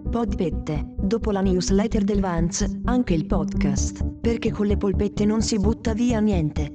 Podpette, dopo la newsletter del Vance, anche il podcast, perché con le polpette non si butta via niente.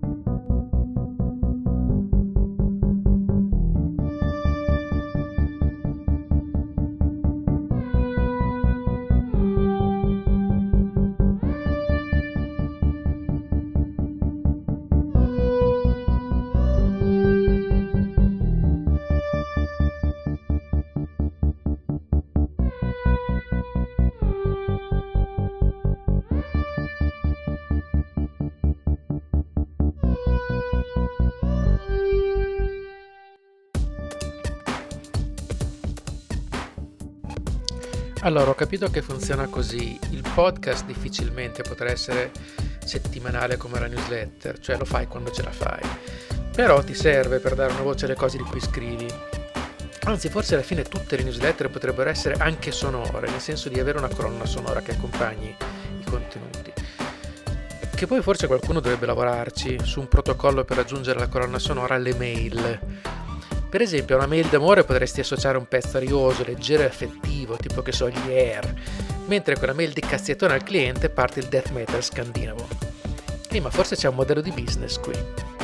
Allora, ho capito che funziona così. Il podcast difficilmente potrà essere settimanale come la newsletter, cioè lo fai quando ce la fai. Però ti serve per dare una voce alle cose di cui scrivi. Anzi, forse alla fine tutte le newsletter potrebbero essere anche sonore, nel senso di avere una colonna sonora che accompagni i contenuti. Che poi forse qualcuno dovrebbe lavorarci su un protocollo per aggiungere la colonna sonora alle mail. Per esempio, a una mail d'amore potresti associare un pezzo arioso, leggero e affettivo, tipo che so, gli Air, mentre con una mail di cazziatone al cliente parte il death metal scandinavo. Ma forse c'è un modello di business qui.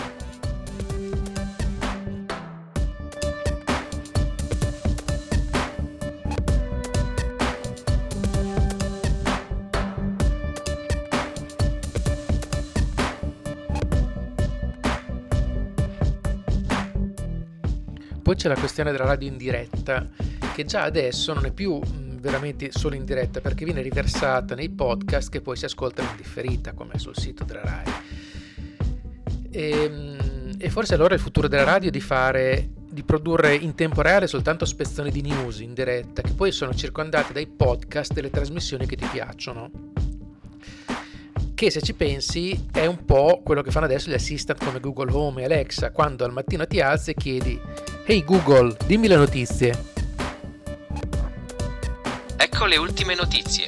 Poi c'è la questione della radio in diretta, che già adesso non è più veramente solo in diretta, perché viene riversata nei podcast che poi si ascoltano in differita, come sul sito della Rai. E forse allora il futuro della radio è di produrre in tempo reale soltanto spezzoni di news in diretta, che poi sono circondati dai podcast delle trasmissioni che ti piacciono. Che se ci pensi è un po' quello che fanno adesso gli assistant come Google Home e Alexa, quando al mattino ti alzi e chiedi «Hey Google, dimmi le notizie». Ecco le ultime notizie.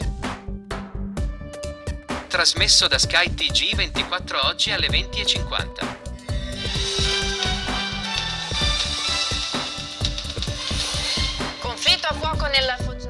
Trasmesso da Sky TG 24 oggi alle 20:50. Conflitto a fuoco nella Foggiana.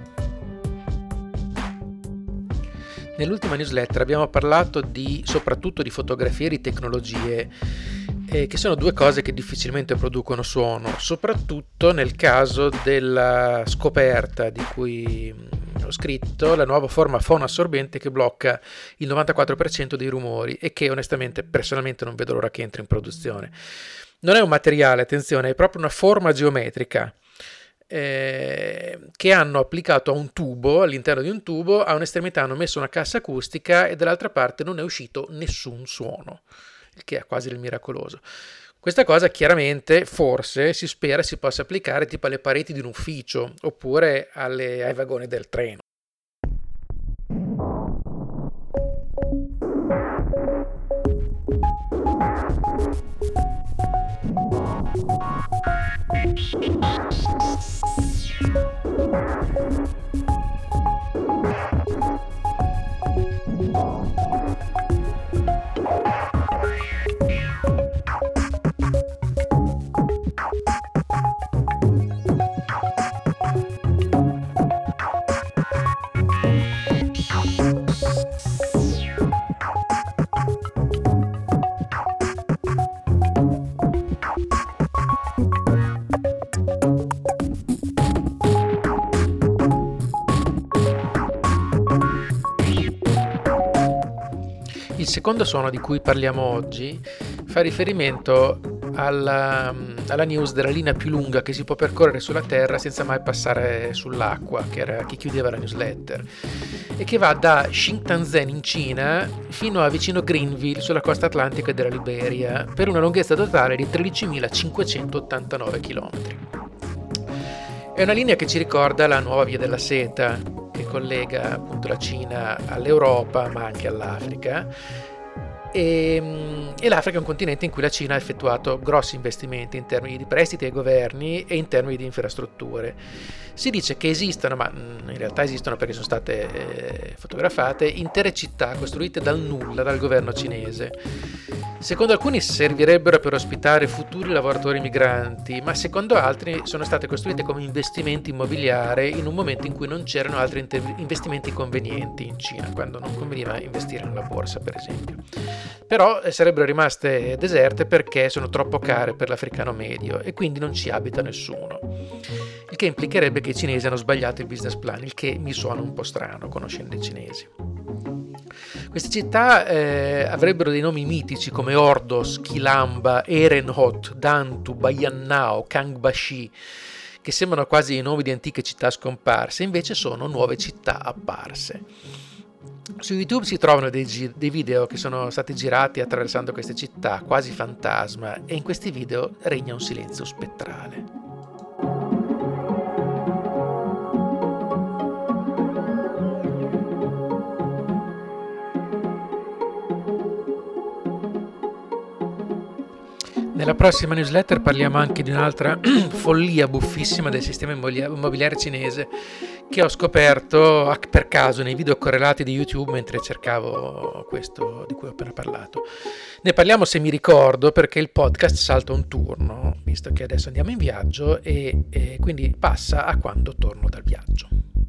Nell'ultima newsletter abbiamo parlato soprattutto di fotografie e di tecnologie, che sono due cose che difficilmente producono suono, soprattutto nel caso della scoperta di cui ho scritto, la nuova forma fonoassorbente che blocca il 94% dei rumori e che onestamente personalmente non vedo l'ora che entri in produzione. Non è un materiale, attenzione, è proprio una forma geometrica che hanno applicato a un tubo, all'interno di un tubo, a un'estremità hanno messo una cassa acustica e dall'altra parte non è uscito nessun suono, il che è quasi il miracoloso. Questa cosa chiaramente, forse, si spera si possa applicare tipo alle pareti di un ufficio oppure ai vagoni del treno. Il secondo suono di cui parliamo oggi fa riferimento alla news della linea più lunga che si può percorrere sulla Terra senza mai passare sull'acqua, che era chi chiudeva la newsletter, e che va da Xinjiang in Cina fino a vicino Greenville sulla costa atlantica della Liberia, per una lunghezza totale di 13.589 km. È una linea che ci ricorda la nuova Via della Seta, che collega appunto la Cina all'Europa ma anche all'Africa, e E l'Africa è un continente in cui la Cina ha effettuato grossi investimenti in termini di prestiti ai governi e in termini di infrastrutture. Si dice che esistono, ma in realtà esistono perché sono state fotografate, intere città costruite dal nulla dal governo cinese. Secondo alcuni servirebbero per ospitare futuri lavoratori migranti, ma secondo altri sono state costruite come investimenti immobiliari in un momento in cui non c'erano altri investimenti convenienti in Cina, quando non conveniva investire nella borsa, per esempio. Però sarebbero rimaste deserte perché sono troppo care per l'africano medio e quindi non ci abita nessuno. Il che implicherebbe che i cinesi hanno sbagliato il business plan, il che mi suona un po' strano conoscendo i cinesi. Queste città avrebbero dei nomi mitici come Ordos, Quilamba, Erenhot, Dantu, Bayannao, Kangbashi, che sembrano quasi i nomi di antiche città scomparse, invece sono nuove città apparse. Su YouTube si trovano dei video che sono stati girati attraversando queste città, quasi fantasma, e in questi video regna un silenzio spettrale. Nella prossima newsletter parliamo anche di un'altra follia buffissima del sistema immobiliare cinese che ho scoperto per caso nei video correlati di YouTube mentre cercavo questo di cui ho appena parlato. Ne parliamo, se mi ricordo, perché il podcast salta un turno, visto che adesso andiamo in viaggio e quindi passa a quando torno dal viaggio.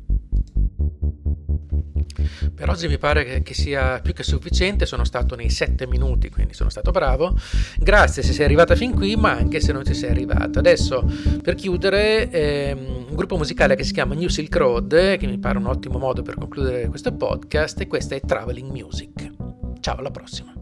Per oggi mi pare che sia più che sufficiente, sono stato nei 7 minuti, quindi sono stato bravo. Grazie se sei arrivata fin qui, ma anche se non ci sei arrivato. Adesso, per chiudere, un gruppo musicale che si chiama New Silk Road, che mi pare un ottimo modo per concludere questo podcast, e questa è Traveling Music. Ciao, alla prossima.